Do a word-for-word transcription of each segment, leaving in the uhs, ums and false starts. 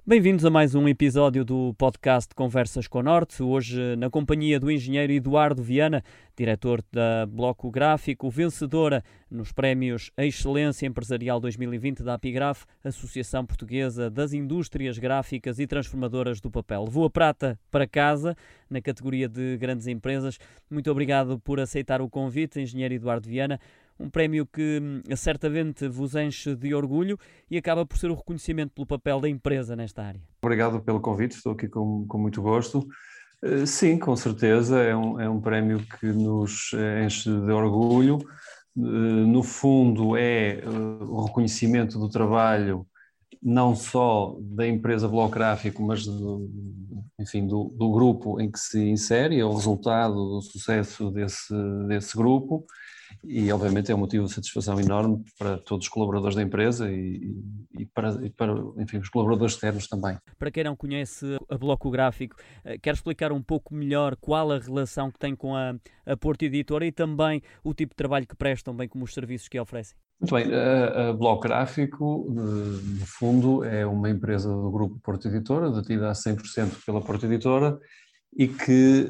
Bem-vindos a mais um episódio do podcast Conversas com Norte, hoje na companhia do engenheiro Eduardo Viana, diretor da Bloco Gráfico, vencedora nos prémios Excelência Empresarial dois mil e vinte da Apigraf, Associação Portuguesa das Indústrias Gráficas e Transformadoras do Papel. Levou a prata para casa na categoria de grandes empresas. Muito obrigado por aceitar o convite, engenheiro Eduardo Viana. Um prémio que certamente vos enche de orgulho e acaba por ser o reconhecimento pelo papel da empresa nesta área. Obrigado pelo convite, estou aqui com, com muito gosto. Uh, sim, com certeza, é um, é um prémio que nos enche de orgulho. Uh, no fundo é uh, o reconhecimento do trabalho não só da empresa Bloco Gráfico, mas do, enfim, do, do grupo em que se insere, é o resultado do sucesso desse, desse grupo. E, obviamente, é um motivo de satisfação enorme para todos os colaboradores da empresa e, e, para, e para, enfim, os colaboradores externos também. Para quem não conhece a Bloco Gráfico, quero explicar um pouco melhor qual a relação que tem com a, a Porto Editora e também o tipo de trabalho que prestam, bem como os serviços que oferecem. Muito bem, a, a Bloco Gráfico, no fundo, é uma empresa do grupo Porto Editora, detida a cem por cento pela Porto Editora e que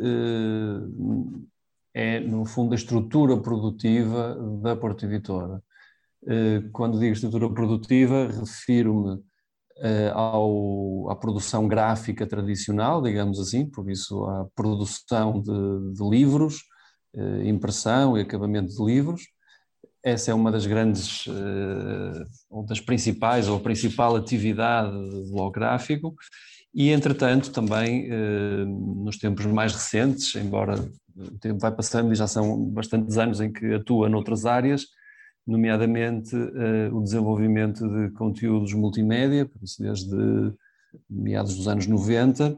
é, no fundo, a estrutura produtiva da Porto Editora. Quando digo estrutura produtiva, refiro-me ao, à produção gráfica tradicional, digamos assim, por isso à produção de, de livros, impressão e acabamento de livros. Essa é uma das grandes, ou das principais, ou a principal atividade do Bloco Gráfico e, entretanto, também nos tempos mais recentes, embora o tempo vai passando e já são bastantes anos em que atua noutras áreas, nomeadamente o desenvolvimento de conteúdos multimédia, por isso desde meados dos anos noventa,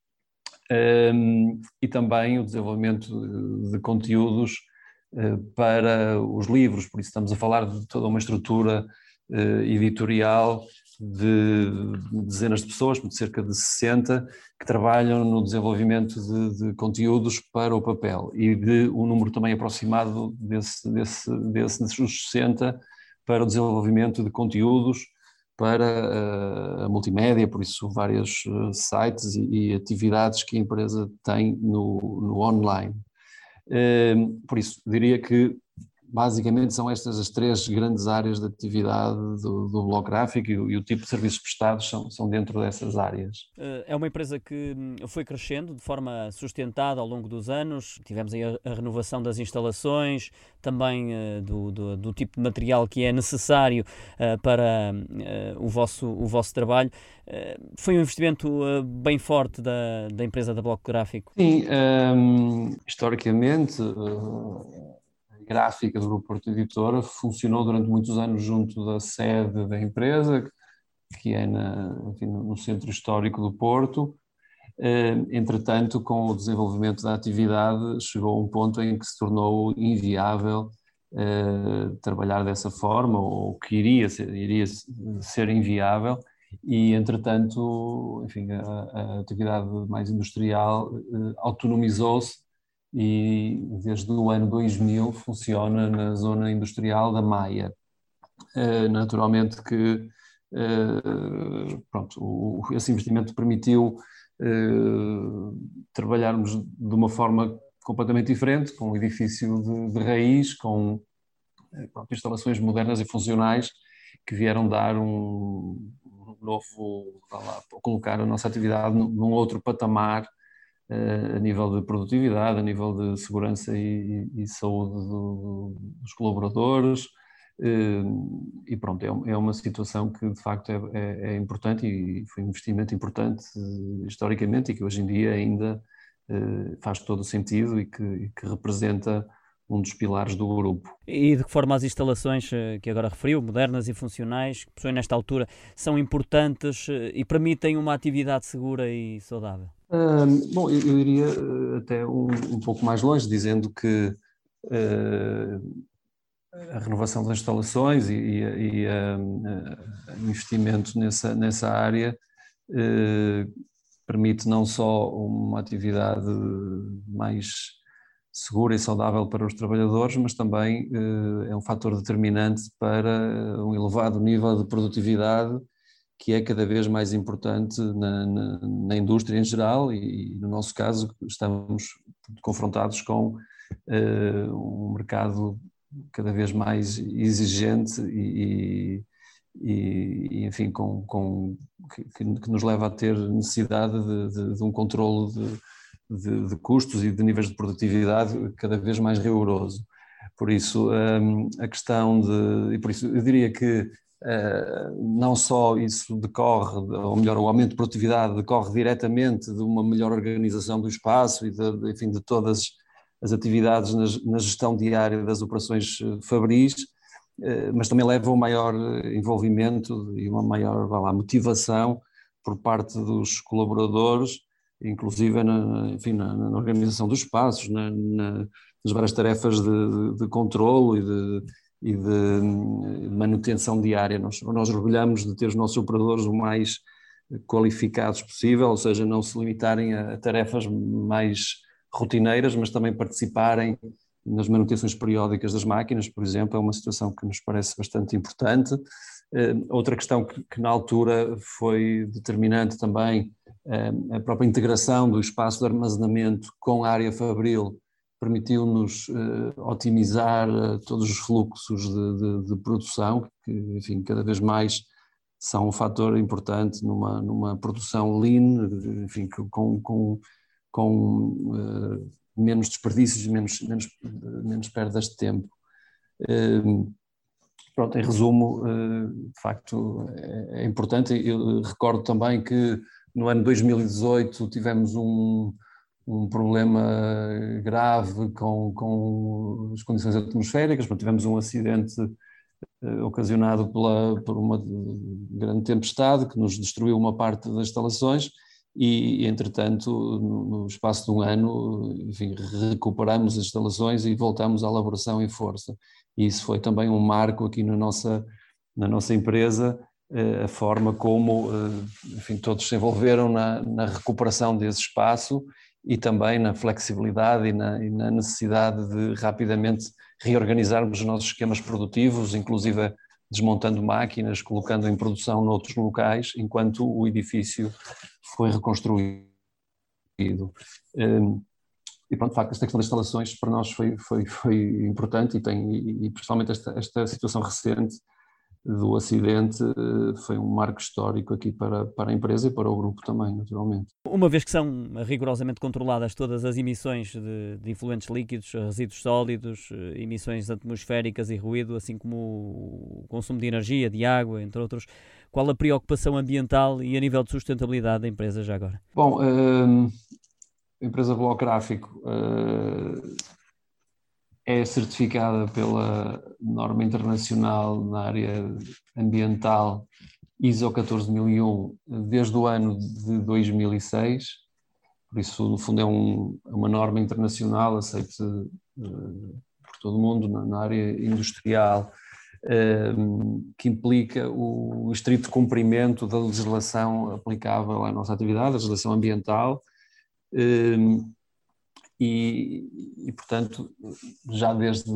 e também o desenvolvimento de conteúdos para os livros, por isso estamos a falar de toda uma estrutura editorial de dezenas de pessoas, de cerca de sessenta, que trabalham no desenvolvimento de, de conteúdos para o papel e de um número também aproximado desse, desse, desse, desses sessenta para o desenvolvimento de conteúdos para a multimédia, por isso vários sites e, e atividades que a empresa tem no, no online. Por isso, diria que basicamente são estas as três grandes áreas de atividade do, do Bloco Gráfico e, e o tipo de serviços prestados são, são dentro dessas áreas. É uma empresa que foi crescendo de forma sustentada ao longo dos anos. Tivemos aí a, a renovação das instalações, também uh, do, do, do tipo de material que é necessário uh, para uh, o, vosso, o vosso trabalho. Uh, foi um investimento uh, bem forte da, da empresa da Bloco Gráfico? Sim, um, historicamente... Uh, gráfica do Grupo Porto Editora funcionou durante muitos anos junto da sede da empresa, que é na, enfim, no centro histórico do Porto. Entretanto, com o desenvolvimento da atividade, chegou a um ponto em que se tornou inviável uh, trabalhar dessa forma, ou que iria ser, iria ser inviável, e, entretanto, enfim, a, a atividade mais industrial uh, autonomizou-se e desde o ano dois mil funciona na zona industrial da Maia. Uh, naturalmente que uh, pronto, o, esse investimento permitiu uh, trabalharmos de uma forma completamente diferente, com um edifício de, de raiz, com pronto, instalações modernas e funcionais que vieram dar um novo, lá, colocar a nossa atividade num outro patamar a nível de produtividade, a nível de segurança e, e saúde do, dos colaboradores, e pronto, é, é uma situação que de facto é, é, é importante e foi um investimento importante historicamente e que hoje em dia ainda faz todo o sentido e que, e que representa um dos pilares do grupo. E de que forma as instalações que agora referiu, modernas e funcionais, que possuem nesta altura, são importantes e permitem uma atividade segura e saudável? Uh, bom, eu, eu iria uh, até um, um pouco mais longe, dizendo que uh, a renovação das instalações e, e, e uh, investimento nessa, nessa área uh, permite não só uma atividade mais segura e saudável para os trabalhadores, mas também uh, é um fator determinante para um elevado nível de produtividade que é cada vez mais importante na, na, na indústria em geral e, no nosso caso, estamos confrontados com uh, um mercado cada vez mais exigente e, e, e enfim, com, com, que, que nos leva a ter necessidade de, de, de um controlo de, de, de custos e de níveis de produtividade cada vez mais rigoroso. Por isso, um, a questão de... E por isso eu diria que Uh, não só isso decorre, ou melhor, o aumento de produtividade decorre diretamente de uma melhor organização do espaço e de, de, enfim, de todas as atividades na, na gestão diária das operações fabris, uh, mas também leva a um maior envolvimento e uma maior, vá lá, motivação por parte dos colaboradores, inclusive na, enfim, na, na organização dos espaços, na, na, nas várias tarefas de, de, de controlo e de e de manutenção diária. Nós, nós orgulhamos de ter os nossos operadores o mais qualificados possível, ou seja, não se limitarem a tarefas mais rotineiras, mas também participarem nas manutenções periódicas das máquinas, por exemplo, é uma situação que nos parece bastante importante. Outra questão que, que na altura foi determinante também, a própria integração do espaço de armazenamento com a área fabril, permitiu-nos uh, otimizar uh, todos os fluxos de, de, de produção, que, enfim, cada vez mais são um fator importante numa, numa produção lean, enfim, com, com, com uh, menos desperdícios, menos, menos, menos perdas de tempo. Uh, pronto, em resumo, uh, de facto é, é importante. Eu recordo também que no ano dois mil e dezoito tivemos um um problema grave com, com as condições atmosféricas, tivemos um acidente eh, ocasionado pela, por uma grande tempestade que nos destruiu uma parte das instalações e, entretanto, no, no espaço de um ano, enfim, recuperamos as instalações e voltamos à elaboração em força. E isso foi também um marco aqui na nossa, na nossa empresa, eh, a forma como, eh, enfim, todos se envolveram na, na recuperação desse espaço e também na flexibilidade e na, e na necessidade de rapidamente reorganizarmos os nossos esquemas produtivos, inclusive desmontando máquinas, colocando em produção noutros locais, enquanto o edifício foi reconstruído. E pronto, de facto, esta questão das instalações para nós foi, foi, foi importante e, tem, e, e principalmente esta, esta situação recente do acidente foi um marco histórico aqui para, para a empresa e para o grupo também, naturalmente. Uma vez que são rigorosamente controladas todas as emissões de, de efluentes líquidos, resíduos sólidos, emissões atmosféricas e ruído, assim como o consumo de energia, de água, entre outros, qual a preocupação ambiental e a nível de sustentabilidade da empresa já agora? Bom, a empresa Bloco Gráfico é certificada pela norma internacional na área ambiental I S O catorze mil e um desde o ano de dois mil e seis, por isso no fundo é um, uma norma internacional aceita uh, por todo o mundo na, na área industrial, uh, que implica o, o estrito cumprimento da legislação aplicável à nossa atividade, a legislação ambiental, uh, E, e, portanto, já desde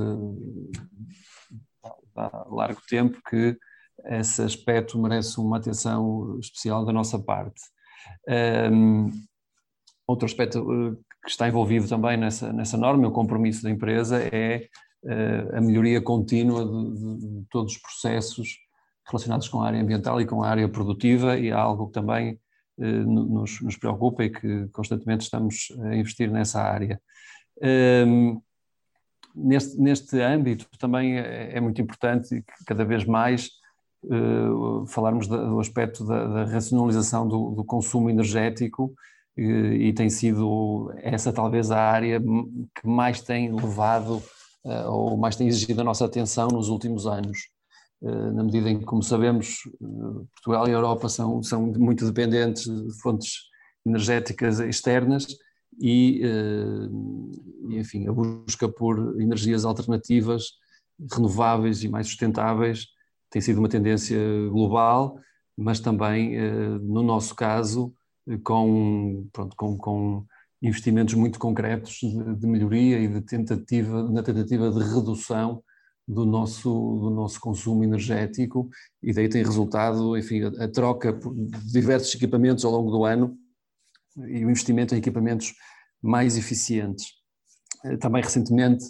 há largo tempo que esse aspecto merece uma atenção especial da nossa parte. Um, outro aspecto que está envolvido também nessa, nessa norma, o compromisso da empresa, é uh, a melhoria contínua de, de, de todos os processos relacionados com a área ambiental e com a área produtiva, e é algo que também Nos, nos preocupa e que constantemente estamos a investir nessa área. Um, neste, neste âmbito também é, é muito importante que cada vez mais uh, falarmos da, do aspecto da, da racionalização do, do consumo energético e, e tem sido essa talvez a área que mais tem levado uh, ou mais tem exigido a nossa atenção nos últimos anos. Na medida em que, como sabemos, Portugal e a Europa são, são muito dependentes de fontes energéticas externas e, e, enfim, a busca por energias alternativas, renováveis e mais sustentáveis tem sido uma tendência global, mas também, no nosso caso, com, pronto, com, com investimentos muito concretos de, de melhoria e de tentativa, na tentativa de redução do nosso, do nosso consumo energético, e daí tem resultado, enfim, a, a troca de diversos equipamentos ao longo do ano e o investimento em equipamentos mais eficientes. Também recentemente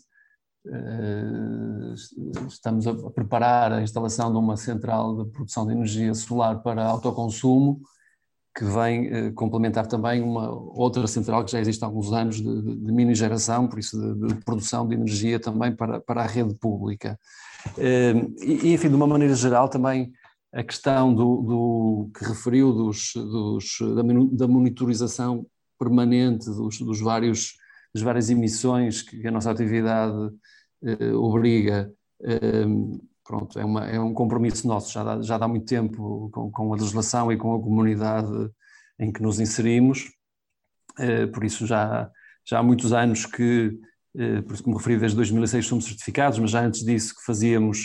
estamos a preparar a instalação de uma central de produção de energia solar para autoconsumo, que vem complementar também uma outra central que já existe há alguns anos de, de, de mini geração, por isso de, de produção de energia também para, para a rede pública. E, enfim, de uma maneira geral também a questão do, do que referiu dos, dos, da monitorização permanente dos, dos vários, das várias emissões que a nossa atividade eh, obriga. Eh, pronto, é, uma, é um compromisso nosso, já dá, já dá muito tempo com, com a legislação e com a comunidade em que nos inserimos, eh, por isso já, já há muitos anos que, eh, por isso que me referi, desde dois mil e seis somos certificados, mas já antes disso que fazíamos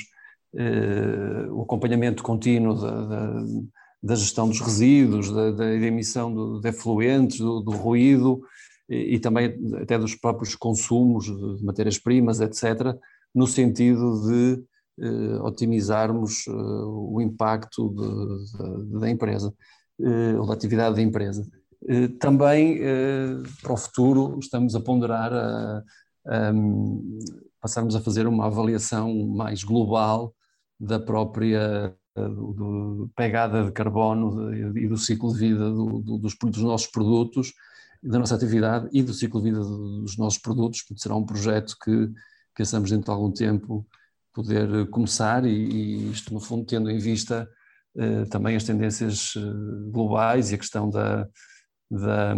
eh, o acompanhamento contínuo da, da, da gestão dos resíduos, da, da emissão do, de efluentes, do, do ruído e, e também até dos próprios consumos de matérias-primas, etcétera, no sentido de eh, otimizarmos eh, o impacto de, de, da empresa, eh, ou da atividade da empresa. Eh, também, eh, para o futuro, estamos a ponderar a, a, a passarmos a fazer uma avaliação mais global da própria do, do pegada de carbono e do ciclo de vida do, do, dos, dos nossos produtos, da nossa atividade e do ciclo de vida dos nossos produtos, porque será um projeto que pensamos dentro de algum tempo poder começar, e, e isto no fundo tendo em vista eh, também as tendências globais e a questão da, da,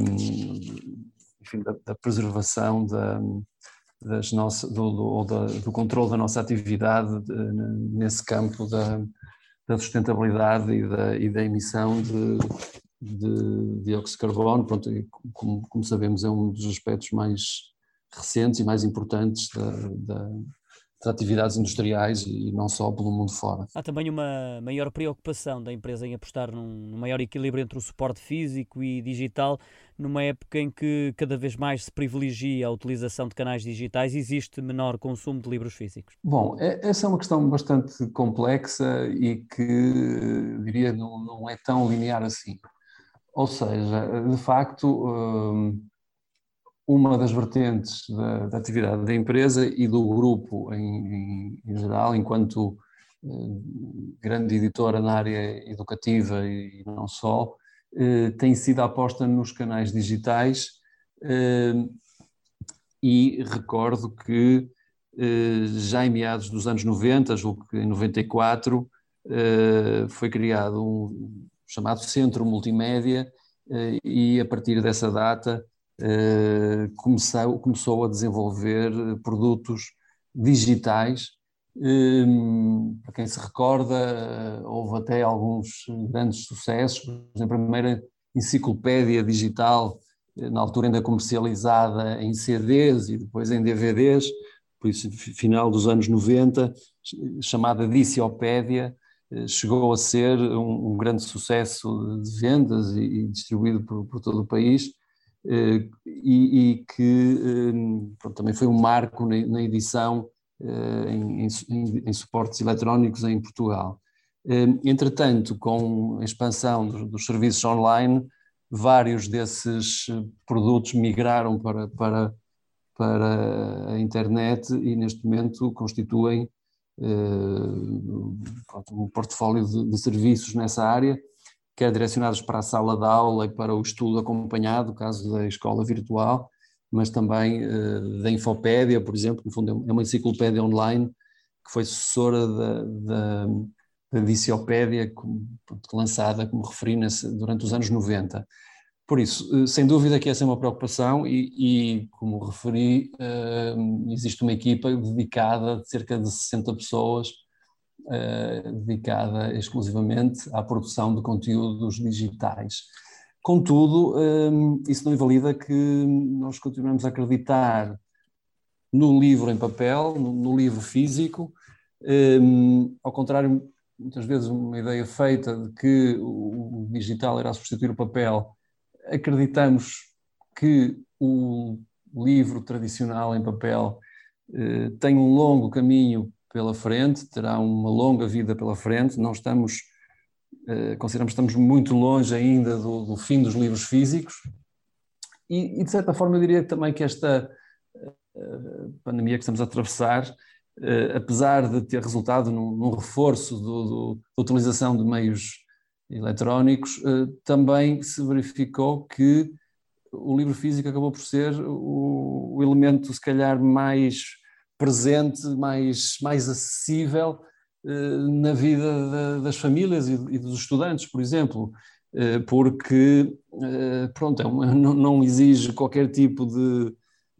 enfim, da, da preservação da, das nossas, do, do, do, do controle da nossa atividade de, nesse campo da, da sustentabilidade e da, e da emissão de, de dióxido de carbono. Pronto, e como, como sabemos, é um dos aspectos mais recentes e mais importantes da, da de atividades industriais e não só pelo mundo fora. Há também uma maior preocupação da empresa em apostar num maior equilíbrio entre o suporte físico e digital, numa época em que cada vez mais se privilegia a utilização de canais digitais e existe menor consumo de livros físicos. Bom, essa é uma questão bastante complexa e que, diria, não, não é tão linear assim. Ou seja, de facto, uma das vertentes da, da atividade da empresa e do grupo em, em, em geral, enquanto eh, grande editora na área educativa e não só, eh, tem sido a aposta nos canais digitais, eh, e recordo que eh, já em meados dos anos noventa, julgo que em noventa e quatro, eh, foi criado um chamado Centro Multimédia, eh, e a partir dessa data Uh, começou, começou a desenvolver produtos digitais. Um, para quem se recorda, uh, houve até alguns grandes sucessos. Por exemplo, a primeira enciclopédia digital, uh, na altura ainda comercializada em C Ds e depois em D V Ds, por isso, final dos anos noventa, chamada Diciopédia, uh, chegou a ser um, um grande sucesso de vendas e, e distribuído por, por todo o país. Uh, e, e que uh, pronto, também foi um marco na, na edição uh, em, em, em suportes eletrónicos em Portugal. Uh, entretanto, com a expansão dos, dos serviços online, vários desses produtos migraram para, para, para a internet e neste momento constituem uh, pronto, um portfólio de, de serviços nessa área, quer direcionados para a sala de aula e para o estudo acompanhado, no caso da escola virtual, mas também uh, da Infopédia, por exemplo, no fundo é uma enciclopédia online que foi sucessora da, da, da Diciopédia, como, lançada, como referi, nesse, durante os anos noventa. Por isso, uh, sem dúvida que essa é uma preocupação e, e como referi, uh, existe uma equipa dedicada de cerca de sessenta pessoas, Uh, dedicada exclusivamente à produção de conteúdos digitais. Contudo, um, isso não invalida que nós continuemos a acreditar no livro em papel, no, no livro físico, um, ao contrário, muitas vezes uma ideia feita de que o, o digital irá substituir o papel. Acreditamos que o livro tradicional em papel uh, tem um longo caminho pela frente, terá uma longa vida pela frente. Não estamos, consideramos que estamos muito longe ainda do, do fim dos livros físicos e, e, de certa forma, eu diria também que esta pandemia que estamos a atravessar, apesar de ter resultado num, num reforço do, do, da utilização de meios eletrónicos, também se verificou que o livro físico acabou por ser o, o elemento, se calhar, mais presente, mais, mais acessível eh, na vida da, das famílias e, e dos estudantes, por exemplo, eh, porque eh, pronto, é uma, não, não exige qualquer tipo de,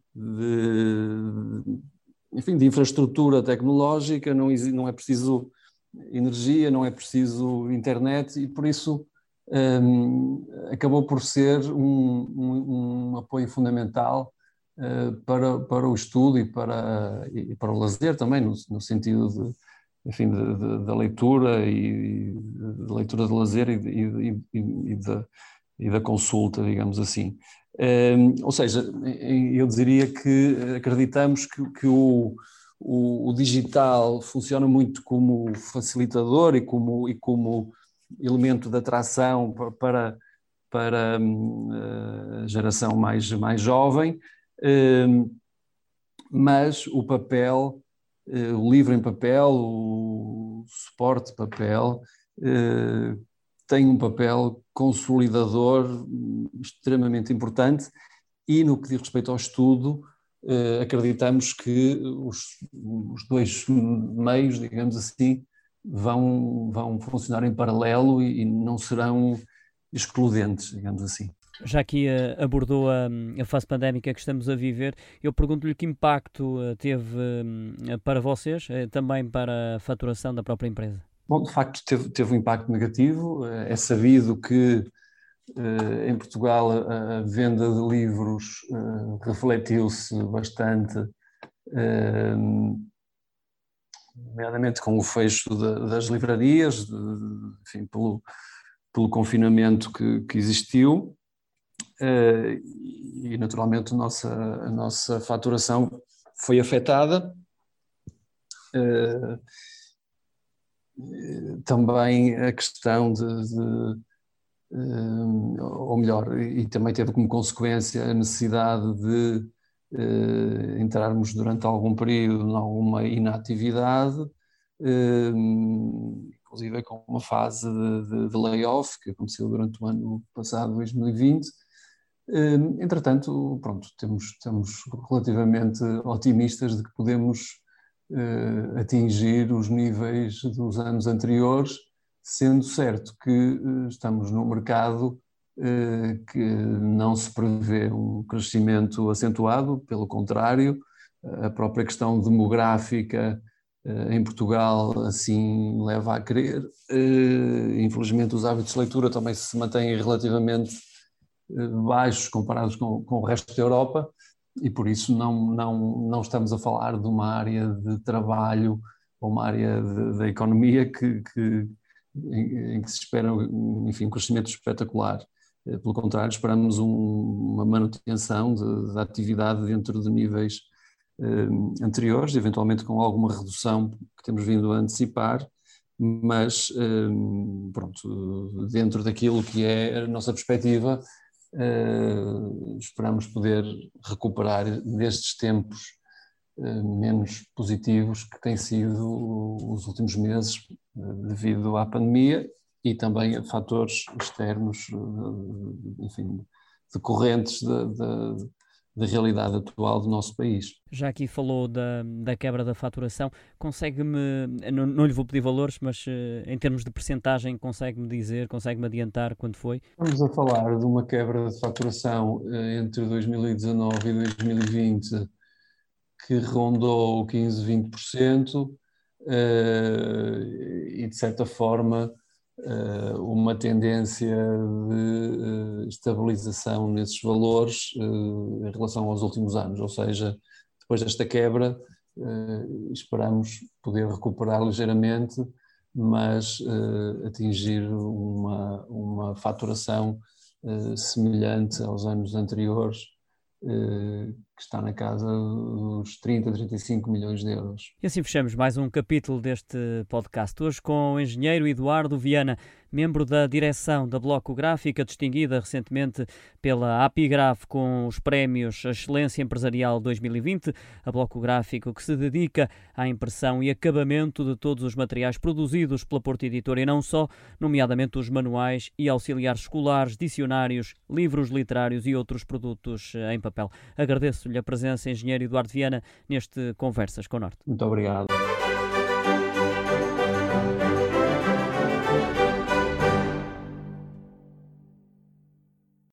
de, enfim, de infraestrutura tecnológica, não, exige, não é preciso energia, não é preciso internet e, por isso, Um, acabou por ser um, um, um apoio fundamental uh, para, para o estudo e para, e para o lazer também, no, no sentido de, enfim, de, de, da leitura e de leitura de lazer e, e, e, e, da, e da consulta, digamos assim. Um, ou seja, eu diria que acreditamos que, que o, o, o digital funciona muito como facilitador e como, e como elemento de atração para, para a geração mais, mais jovem, mas o papel, o livro em papel, o suporte de papel, tem um papel consolidador extremamente importante e, no que diz respeito ao estudo, acreditamos que os, os dois meios, digamos assim, Vão, vão funcionar em paralelo e, e não serão excludentes, digamos assim. Já aqui uh, abordou a, a fase pandémica que estamos a viver, eu pergunto-lhe que impacto uh, teve uh, para vocês, uh, também para a faturação da própria empresa. Bom, de facto teve, teve um impacto negativo. É sabido que uh, em Portugal a, a venda de livros uh, refletiu-se bastante, uh, nomeadamente com o fecho de, das livrarias, de, enfim, pelo, pelo confinamento que, que existiu, uh, e naturalmente a nossa, a nossa faturação foi afetada. Uh, também a questão de, de uh, ou melhor, e também teve como consequência a necessidade de Uh, entrarmos durante algum período em alguma inatividade, uh, inclusive com uma fase de, de, de layoff que aconteceu durante o ano passado, dois mil e vinte. Uh, entretanto, pronto, temos, estamos relativamente otimistas de que podemos uh, atingir os níveis dos anos anteriores, sendo certo que uh, estamos num mercado que não se prevê um crescimento acentuado, pelo contrário, a própria questão demográfica em Portugal assim leva a crer. Infelizmente os hábitos de leitura também se mantêm relativamente baixos comparados com, com o resto da Europa e por isso não, não, não estamos a falar de uma área de trabalho ou uma área da economia que, que, em, em que se espera, enfim, um crescimento espetacular. Pelo contrário, esperamos um, uma manutenção da atividade dentro de níveis eh, anteriores, eventualmente com alguma redução que temos vindo a antecipar, mas eh, pronto, dentro daquilo que é a nossa perspectiva, eh, esperamos poder recuperar destes tempos eh, menos positivos que têm sido os últimos meses eh, devido à pandemia e também a fatores externos, enfim, decorrentes da, da, da realidade atual do nosso país. Já aqui falou da, da quebra da faturação, consegue-me, não, não lhe vou pedir valores, mas em termos de percentagem consegue-me dizer, consegue-me adiantar quanto foi? Estamos a falar de uma quebra de faturação entre dois mil e dezanove e dois mil e vinte que rondou quinze, vinte por cento e de certa forma uma tendência de estabilização nesses valores em relação aos últimos anos, ou seja, depois desta quebra esperamos poder recuperar ligeiramente, mas atingir uma, uma faturação semelhante aos anos anteriores, que está na casa dos trinta, trinta e cinco milhões de euros. E assim fechamos mais um capítulo deste podcast, hoje com o engenheiro Eduardo Viana, membro da direção da Bloco Gráfica, distinguida recentemente pela Apigraf com os prémios Excelência Empresarial dois mil e vinte. A Bloco Gráfico que se dedica à impressão e acabamento de todos os materiais produzidos pela Porto Editora e não só, nomeadamente os manuais e auxiliares escolares, dicionários, livros literários e outros produtos em papel. Agradeço-lhe a presença, engenheiro Eduardo Viana, neste Conversas com o Norte. Muito obrigado.